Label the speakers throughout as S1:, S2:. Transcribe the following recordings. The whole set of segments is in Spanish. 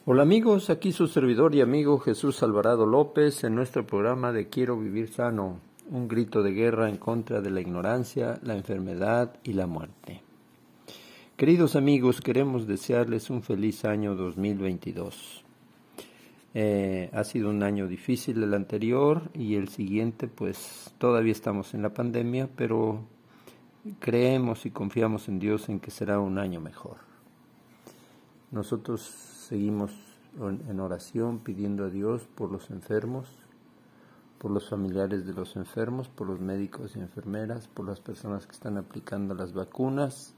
S1: Hola amigos, aquí su servidor y amigo Jesús Alvarado López en nuestro programa de Quiero Vivir Sano, un grito de guerra en contra de la ignorancia, la enfermedad y la muerte. Queridos amigos, queremos desearles un feliz año 2022. Ha sido un año difícil el anterior y el siguiente, pues todavía estamos en la pandemia, pero creemos y confiamos en Dios en que será un año mejor. Nosotros seguimos en oración pidiendo a Dios por los enfermos, por los familiares de los enfermos, por los médicos y enfermeras, por las personas que están aplicando las vacunas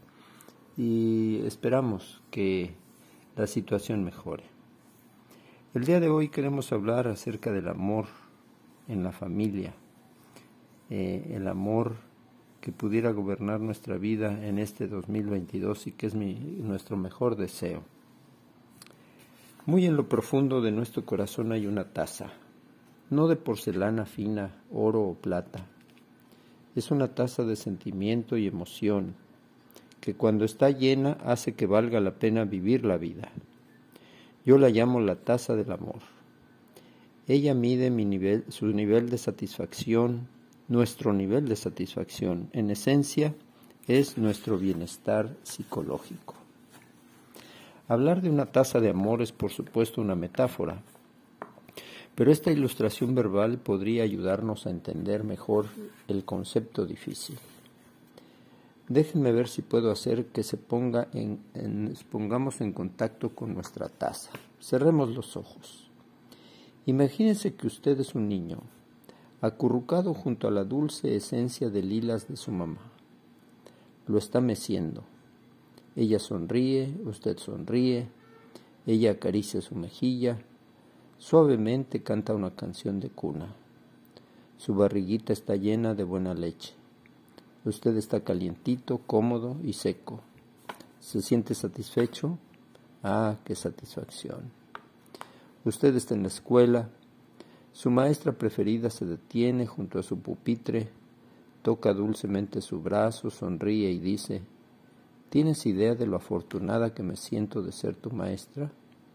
S1: y esperamos que la situación mejore. El día de hoy queremos hablar acerca del amor en la familia, el amor que pudiera gobernar nuestra vida en este 2022 y que es nuestro mejor deseo. Muy en lo profundo de nuestro corazón hay una taza, no de porcelana fina, oro o plata. Es una taza de sentimiento y emoción, que cuando está llena hace que valga la pena vivir la vida. Yo la llamo la taza del amor. Ella mide su nivel de satisfacción, nuestro nivel de satisfacción. En esencia, es nuestro bienestar psicológico. Hablar de una taza de amor es, por supuesto, una metáfora, pero esta ilustración verbal podría ayudarnos a entender mejor el concepto difícil. Déjenme ver si puedo hacer que nos pongamos en contacto con nuestra taza. Cerremos los ojos. Imagínense que usted es un niño, acurrucado junto a la dulce esencia de lilas de su mamá. Lo está meciendo. Ella sonríe, usted sonríe, ella acaricia su mejilla, suavemente canta una canción de cuna. Su barriguita está llena de buena leche. Usted está calientito, cómodo y seco. ¿Se siente satisfecho? ¡Ah, qué satisfacción! Usted está en la escuela. Su maestra preferida se detiene junto a su pupitre, toca dulcemente su brazo, sonríe y dice: ¿tienes idea de lo afortunada que me siento de ser tu maestra?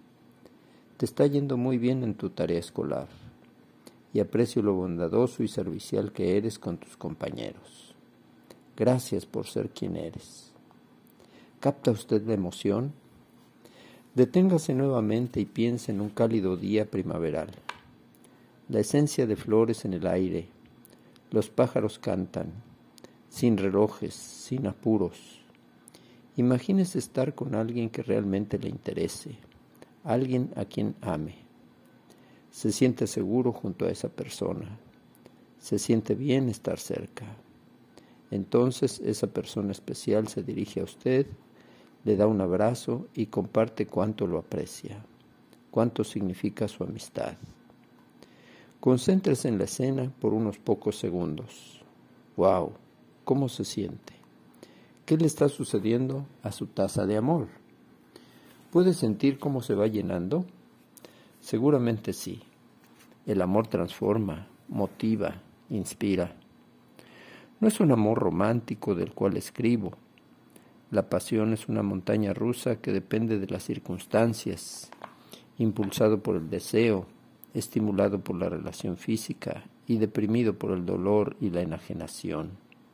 S1: Te está yendo muy bien en tu tarea escolar y aprecio lo bondadoso y servicial que eres con tus compañeros. Gracias por ser quien eres. ¿Capta usted la emoción? Deténgase nuevamente y piense en un cálido día primaveral. La esencia de flores en el aire. Los pájaros cantan, sin relojes, sin apuros. Imagínese estar con alguien que realmente le interese, alguien a quien ame. Se siente seguro junto a esa persona. Se siente bien estar cerca. Entonces esa persona especial se dirige a usted, le da un abrazo y comparte cuánto lo aprecia, cuánto significa su amistad. Concéntrese en la escena por unos pocos segundos. ¡Wow! ¿Cómo se siente? ¿Qué le está sucediendo a su taza de amor? ¿Puede sentir cómo se va llenando? Seguramente sí. El amor transforma, motiva, inspira. No es un amor romántico del cual escribo. La pasión es una montaña rusa que depende de las circunstancias, impulsado por el deseo, estimulado por la relación física y deprimido por el dolor y la enajenación.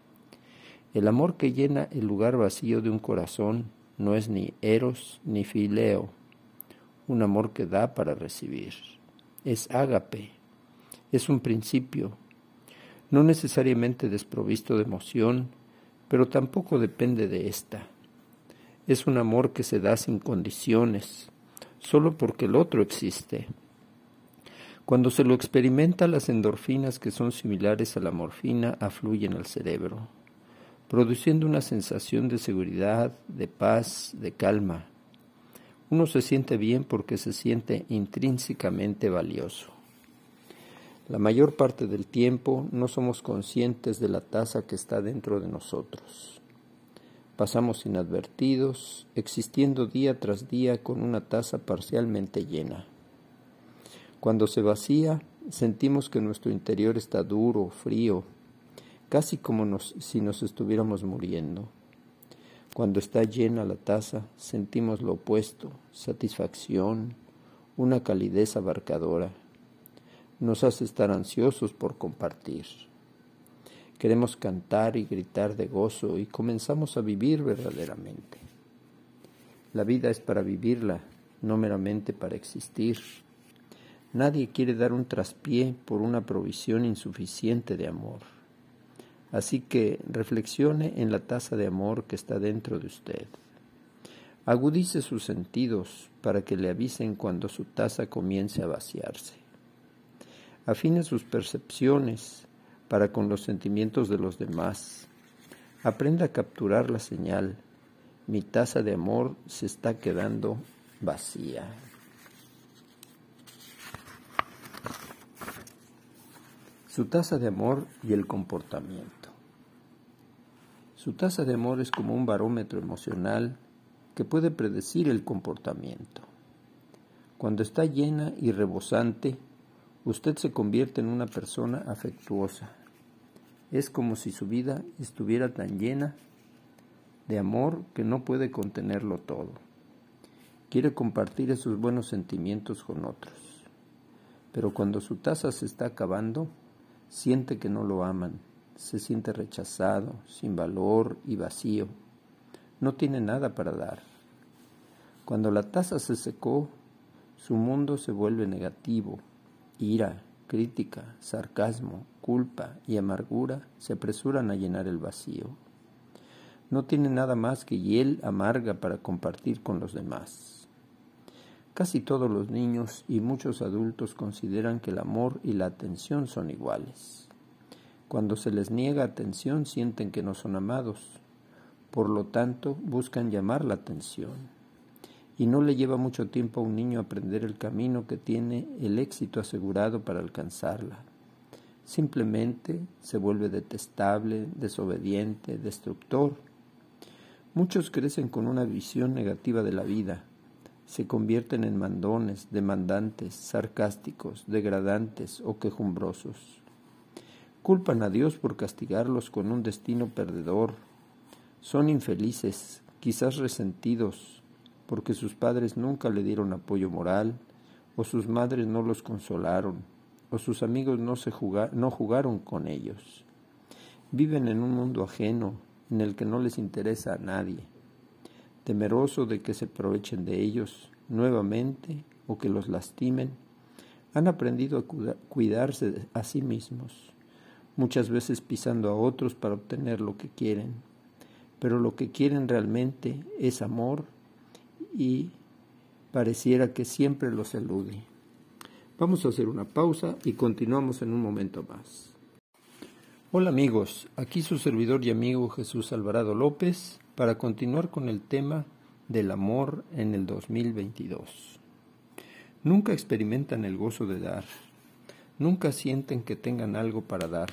S1: El amor que llena el lugar vacío de un corazón no es ni eros ni fileo, un amor que da para recibir. Es ágape, es un principio, no necesariamente desprovisto de emoción, pero tampoco depende de ésta. Es un amor que se da sin condiciones, solo porque el otro existe. Cuando se lo experimenta, las endorfinas, que son similares a la morfina, afluyen al cerebro, produciendo una sensación de seguridad, de paz, de calma. Uno se siente bien porque se siente intrínsecamente valioso. La mayor parte del tiempo no somos conscientes de la taza que está dentro de nosotros. Pasamos inadvertidos, existiendo día tras día con una taza parcialmente llena. Cuando se vacía, sentimos que nuestro interior está duro, frío, casi como si nos estuviéramos muriendo. Cuando está llena la taza, sentimos lo opuesto, satisfacción, una calidez abarcadora. Nos hace estar ansiosos por compartir. Queremos cantar y gritar de gozo y comenzamos a vivir verdaderamente. La vida es para vivirla, no meramente para existir. Nadie quiere dar un traspié por una provisión insuficiente de amor. Así que reflexione en la taza de amor que está dentro de usted. Agudice sus sentidos para que le avisen cuando su taza comience a vaciarse. Afine sus percepciones para con los sentimientos de los demás. Aprenda a capturar la señal. Mi taza de amor se está quedando vacía. Su taza de amor y el comportamiento. Su taza de amor es como un barómetro emocional que puede predecir el comportamiento. Cuando está llena y rebosante, usted se convierte en una persona afectuosa. Es como si su vida estuviera tan llena de amor que no puede contenerlo todo. Quiere compartir esos buenos sentimientos con otros. Pero cuando su taza se está acabando, siente que no lo aman, se siente rechazado, sin valor y vacío. No tiene nada para dar. Cuando la taza se secó, su mundo se vuelve negativo. Ira, crítica, sarcasmo, culpa y amargura se apresuran a llenar el vacío. No tiene nada más que hiel amarga para compartir con los demás. Casi todos los niños y muchos adultos consideran que el amor y la atención son iguales. Cuando se les niega atención, sienten que no son amados. Por lo tanto, buscan llamar la atención. Y no le lleva mucho tiempo a un niño aprender el camino que tiene el éxito asegurado para alcanzarla. Simplemente se vuelve detestable, desobediente, destructor. Muchos crecen con una visión negativa de la vida. Se convierten en mandones, demandantes, sarcásticos, degradantes o quejumbrosos. Culpan a Dios por castigarlos con un destino perdedor. Son infelices, quizás resentidos, porque sus padres nunca le dieron apoyo moral, o sus madres no los consolaron, o sus amigos no jugaron con ellos. Viven en un mundo ajeno, en el que no les interesa a nadie, temeroso de que se aprovechen de ellos nuevamente o que los lastimen. Han aprendido a cuidarse a sí mismos, muchas veces pisando a otros para obtener lo que quieren, pero lo que quieren realmente es amor y pareciera que siempre los elude. Vamos a hacer una pausa y continuamos en un momento más. Hola amigos, aquí su servidor y amigo Jesús Alvarado López para continuar con el tema del amor en el 2022. Nunca experimentan el gozo de dar, nunca sienten que tengan algo para dar.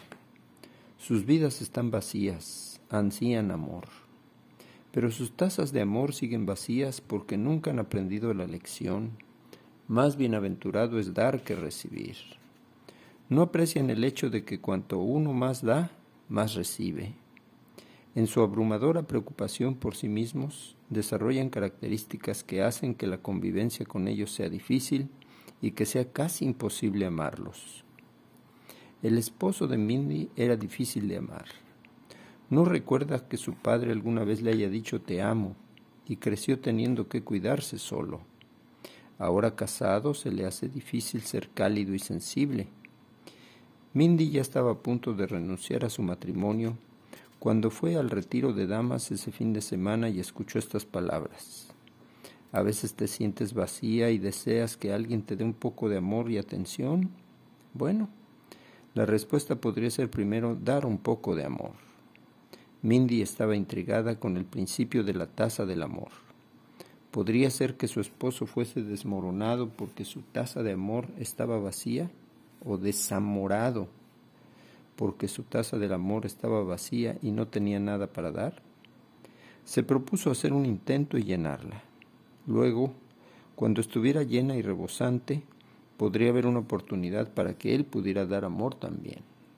S1: Sus vidas están vacías, ansían amor. Pero sus tazas de amor siguen vacías porque nunca han aprendido la lección. Más bienaventurado es dar que recibir. No aprecian el hecho de que cuanto uno más da, más recibe. En su abrumadora preocupación por sí mismos, desarrollan características que hacen que la convivencia con ellos sea difícil y que sea casi imposible amarlos. El esposo de Mindy era difícil de amar. No recuerda que su padre alguna vez le haya dicho te amo y creció teniendo que cuidarse solo. Ahora casado se le hace difícil ser cálido y sensible. Mindy ya estaba a punto de renunciar a su matrimonio cuando fue al retiro de damas ese fin de semana y escuchó estas palabras. ¿A veces te sientes vacía y deseas que alguien te dé un poco de amor y atención? Bueno, la respuesta podría ser primero dar un poco de amor. Mindy estaba intrigada con el principio de la taza del amor. ¿Podría ser que su esposo fuese desmoronado porque su taza de amor estaba vacía? ¿O desamorado porque su taza del amor estaba vacía y no tenía nada para dar? Se propuso hacer un intento y llenarla. Luego, cuando estuviera llena y rebosante, podría haber una oportunidad para que él pudiera dar amor también.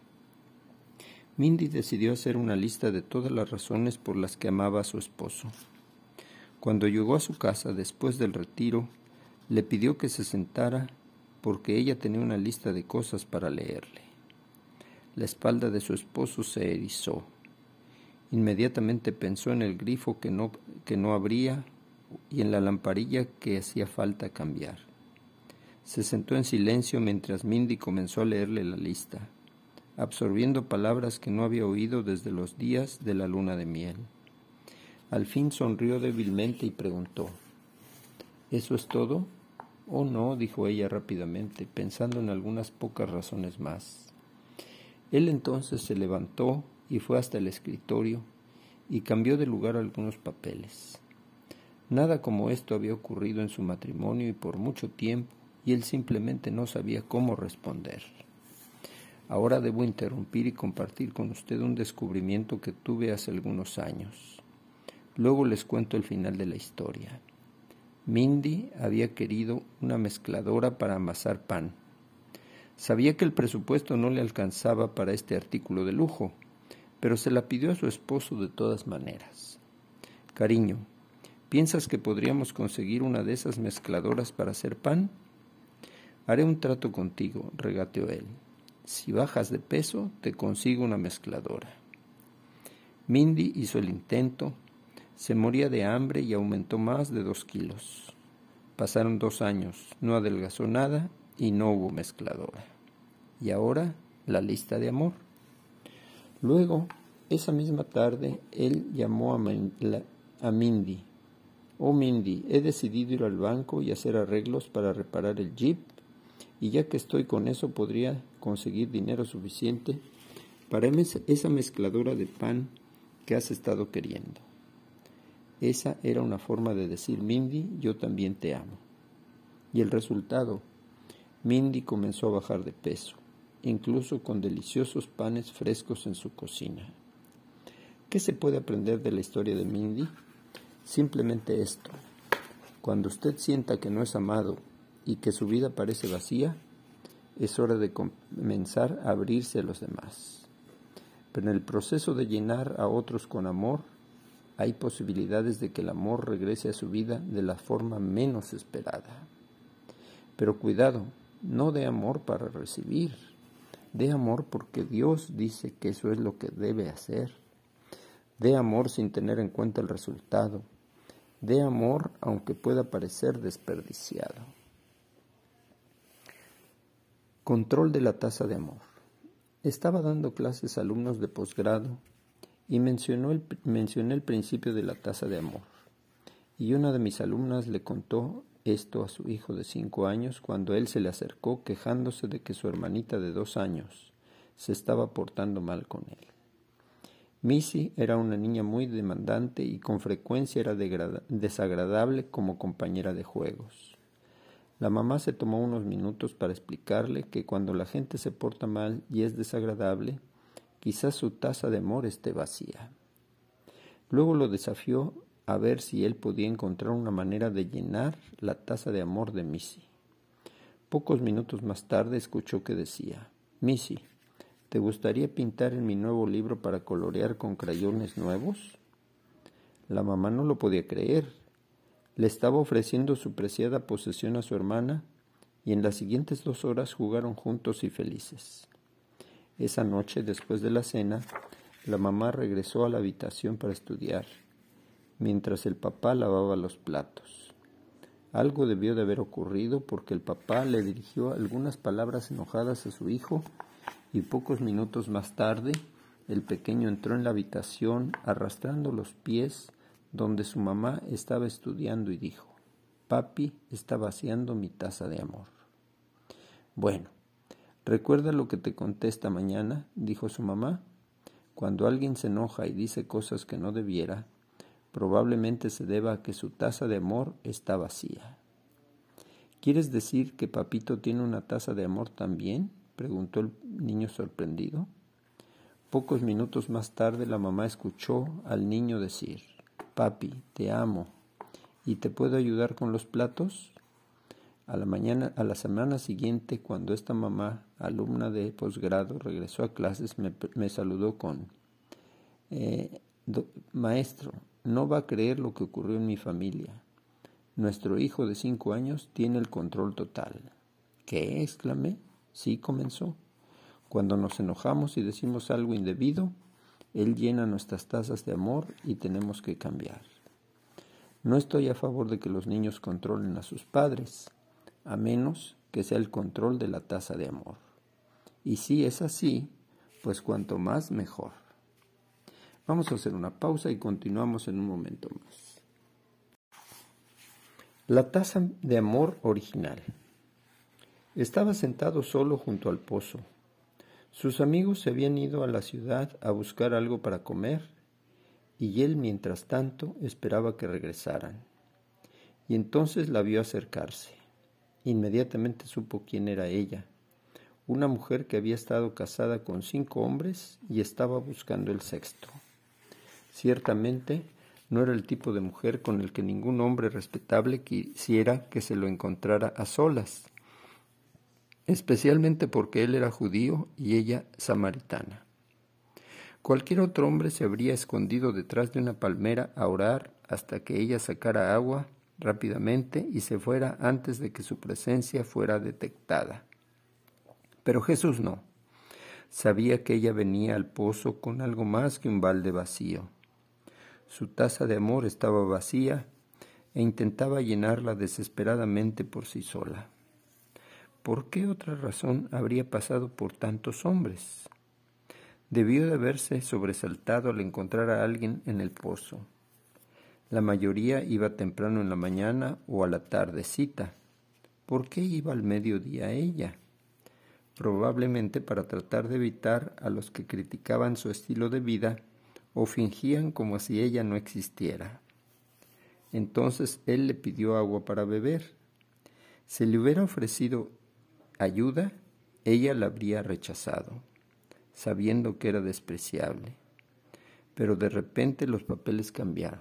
S1: Mindy decidió hacer una lista de todas las razones por las que amaba a su esposo. Cuando llegó a su casa después del retiro, Le pidió que se sentara porque ella tenía una lista de cosas para leerle. La espalda de su esposo se erizó. Inmediatamente pensó en el grifo que no abría y en la lamparilla que hacía falta cambiar. Se sentó en silencio mientras Mindy comenzó a leerle la lista, absorbiendo palabras que no había oído desde los días de la luna de miel. Al fin sonrió débilmente y preguntó: ¿eso es todo? Oh, no, dijo ella rápidamente, pensando en algunas pocas razones más. Él entonces se levantó y fue hasta el escritorio y cambió de lugar algunos papeles. Nada como esto había ocurrido en su matrimonio y por mucho tiempo, y él simplemente no sabía cómo responder. Ahora debo interrumpir y compartir con usted un descubrimiento que tuve hace algunos años. Luego les cuento el final de la historia. Mindy había querido una mezcladora para amasar pan. Sabía que el presupuesto no le alcanzaba para este artículo de lujo, pero se la pidió a su esposo de todas maneras. Cariño, ¿piensas que podríamos conseguir una de esas mezcladoras para hacer pan? Haré un trato contigo, regateó él. Si bajas de peso, te consigo una mezcladora. Mindy hizo el intento. Se moría de hambre y aumentó más de 2 kilos. Pasaron 2 años, no adelgazó nada y no hubo mezcladora. Y ahora, la lista de amor. Luego, esa misma tarde, él llamó a Mindy. Oh, Mindy, he decidido ir al banco y hacer arreglos para reparar el Jeep, y ya que estoy con eso podría conseguir dinero suficiente para esa mezcladora de pan que has estado queriendo. Esa era una forma de decir: Mindy, yo también te amo. Y el resultado: Mindy comenzó a bajar de peso, incluso con deliciosos panes frescos en su cocina. ¿Qué se puede aprender de la historia de Mindy? Simplemente esto: cuando usted sienta que no es amado y que su vida parece vacía, es hora de comenzar a abrirse a los demás. Pero en el proceso de llenar a otros con amor, hay posibilidades de que el amor regrese a su vida de la forma menos esperada. Pero cuidado, no dé amor para recibir. Dé amor porque Dios dice que eso es lo que debe hacer. Dé amor sin tener en cuenta el resultado. Dé amor aunque pueda parecer desperdiciado. Control de la tasa de amor. Estaba dando clases a alumnos de posgrado y mencioné el principio de la tasa de amor. Y una de mis alumnas le contó esto a su hijo de 5 años cuando él se le acercó quejándose de que su hermanita de 2 años se estaba portando mal con él. Missy era una niña muy demandante y con frecuencia era desagradable como compañera de juegos. La mamá se tomó unos minutos para explicarle que cuando la gente se porta mal y es desagradable, quizás su taza de amor esté vacía. Luego lo desafió a ver si él podía encontrar una manera de llenar la taza de amor de Missy. Pocos minutos más tarde escuchó que decía: Missy, ¿te gustaría pintar en mi nuevo libro para colorear con crayones nuevos? La mamá no lo podía creer. Le estaba ofreciendo su preciada posesión a su hermana y en las siguientes 2 horas jugaron juntos y felices. Esa noche, después de la cena, la mamá regresó a la habitación para estudiar, mientras el papá lavaba los platos. Algo debió de haber ocurrido porque el papá le dirigió algunas palabras enojadas a su hijo y pocos minutos más tarde el pequeño entró en la habitación arrastrando los pies donde su mamá estaba estudiando y dijo: Papi está vaciando mi taza de amor. Bueno, ¿recuerda lo que te conté esta mañana?, dijo su mamá. Cuando alguien se enoja y dice cosas que no debiera, probablemente se deba a que su taza de amor está vacía. ¿Quieres decir que papito tiene una taza de amor también?, preguntó el niño sorprendido. Pocos minutos más tarde la mamá escuchó al niño decir: Papi, te amo. ¿Y te puedo ayudar con los platos? A la semana siguiente, cuando esta mamá, alumna de posgrado, regresó a clases, me saludó con: Maestro, no va a creer lo que ocurrió en mi familia. Nuestro hijo de 5 años tiene el control total. ¿Qué? Exclamé. Sí, comenzó. Cuando nos enojamos y decimos algo indebido, él llena nuestras tazas de amor y tenemos que cambiar. No estoy a favor de que los niños controlen a sus padres, a menos que sea el control de la taza de amor. Y si es así, pues cuanto más mejor. Vamos a hacer una pausa y continuamos en un momento más. La taza de amor original. Estaba sentado solo junto al pozo. Sus amigos se habían ido a la ciudad a buscar algo para comer y él, mientras tanto, esperaba que regresaran. Y entonces la vio acercarse. Inmediatamente supo quién era ella, una mujer que había estado casada con 5 hombres y estaba buscando el sexto. Ciertamente, no era el tipo de mujer con el que ningún hombre respetable quisiera que se lo encontrara a solas, especialmente porque él era judío y ella samaritana. Cualquier otro hombre se habría escondido detrás de una palmera a orar hasta que ella sacara agua rápidamente y se fuera antes de que su presencia fuera detectada. Pero Jesús no. Sabía que ella venía al pozo con algo más que un balde vacío. Su taza de amor estaba vacía e intentaba llenarla desesperadamente por sí sola. ¿Por qué otra razón habría pasado por tantos hombres? Debió de haberse sobresaltado al encontrar a alguien en el pozo. La mayoría iba temprano en la mañana o a la tardecita. ¿Por qué iba al mediodía ella? Probablemente para tratar de evitar a los que criticaban su estilo de vida o fingían como si ella no existiera. Entonces él le pidió agua para beber. Si le hubiera ofrecido ayuda, ella la habría rechazado, sabiendo que era despreciable. Pero de repente los papeles cambiaron.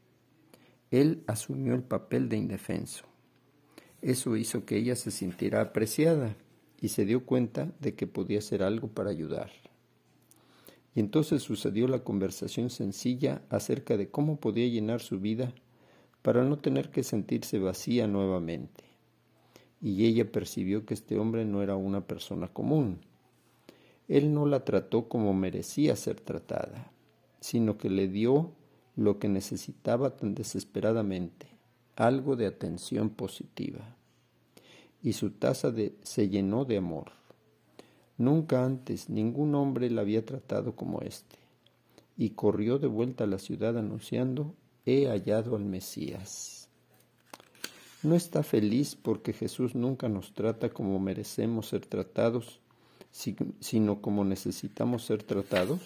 S1: Él asumió el papel de indefenso. Eso hizo que ella se sintiera apreciada y se dio cuenta de que podía hacer algo para ayudar. Y entonces sucedió la conversación sencilla acerca de cómo podía llenar su vida para no tener que sentirse vacía nuevamente. Y ella percibió que este hombre no era una persona común. Él no la trató como merecía ser tratada, sino que le dio lo que necesitaba tan desesperadamente, algo de atención positiva. Y su taza se llenó de amor. Nunca antes ningún hombre la había tratado como éste, y corrió de vuelta a la ciudad anunciando: «He hallado al Mesías». ¿No está feliz porque Jesús nunca nos trata como merecemos ser tratados, sino como necesitamos ser tratados?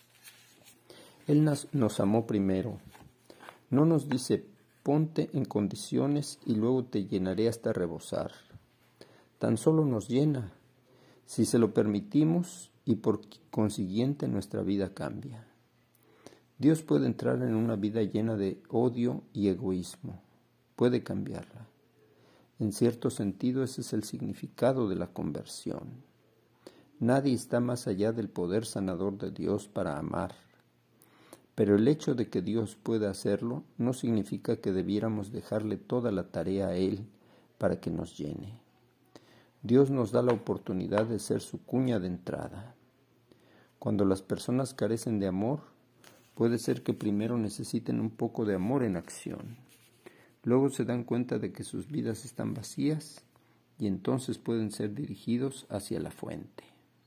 S1: Él nos amó primero. No nos dice: «Ponte en condiciones y luego te llenaré hasta rebosar». Tan solo nos llena, si se lo permitimos, y por consiguiente nuestra vida cambia. Dios puede entrar en una vida llena de odio y egoísmo, puede cambiarla. En cierto sentido, ese es el significado de la conversión. Nadie está más allá del poder sanador de Dios para amar. Pero el hecho de que Dios pueda hacerlo no significa que debiéramos dejarle toda la tarea a Él para que nos llene. Dios nos da la oportunidad de ser su cuña de entrada. Cuando las personas carecen de amor, puede ser que primero necesiten un poco de amor en acción. Luego se dan cuenta de que sus vidas están vacías y entonces pueden ser dirigidos hacia la fuente.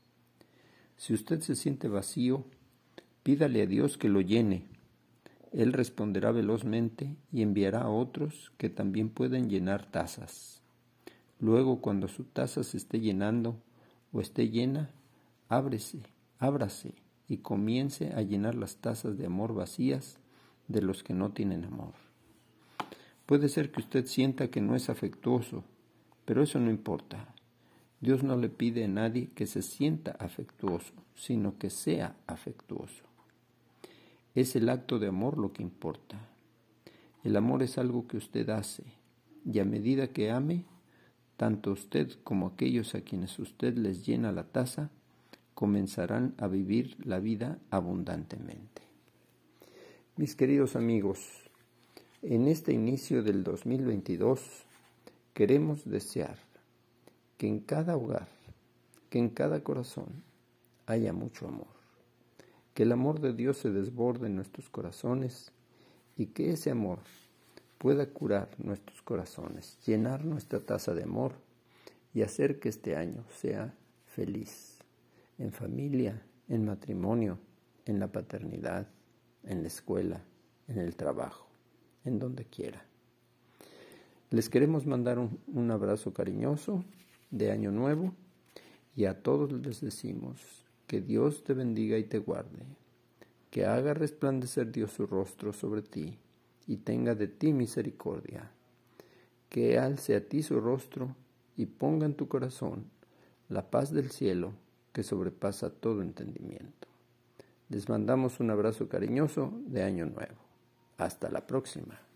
S1: Si usted se siente vacío, pídale a Dios que lo llene. Él responderá velozmente y enviará a otros que también pueden llenar tazas. Luego, cuando su taza se esté llenando o esté llena, ábrase y comience a llenar las tazas de amor vacías de los que no tienen amor. Puede ser que usted sienta que no es afectuoso, pero eso no importa. Dios no le pide a nadie que se sienta afectuoso, sino que sea afectuoso. Es el acto de amor lo que importa. El amor es algo que usted hace, y a medida que ame, tanto usted como aquellos a quienes usted les llena la taza, comenzarán a vivir la vida abundantemente. Mis queridos amigos, En este inicio del 2022 queremos desear que en cada hogar, que en cada corazón haya mucho amor, que el amor de Dios se desborde en nuestros corazones y que ese amor pueda curar nuestros corazones, llenar nuestra taza de amor y hacer que este año sea feliz, en familia, en matrimonio, en la paternidad, en la escuela, en el trabajo, en donde quiera. Les queremos mandar un abrazo cariñoso de Año Nuevo y a todos les decimos que Dios te bendiga y te guarde, que haga resplandecer Dios su rostro sobre ti y tenga de ti misericordia, que alce a ti su rostro y ponga en tu corazón la paz del cielo que sobrepasa todo entendimiento. Les mandamos un abrazo cariñoso de Año Nuevo. Hasta la próxima.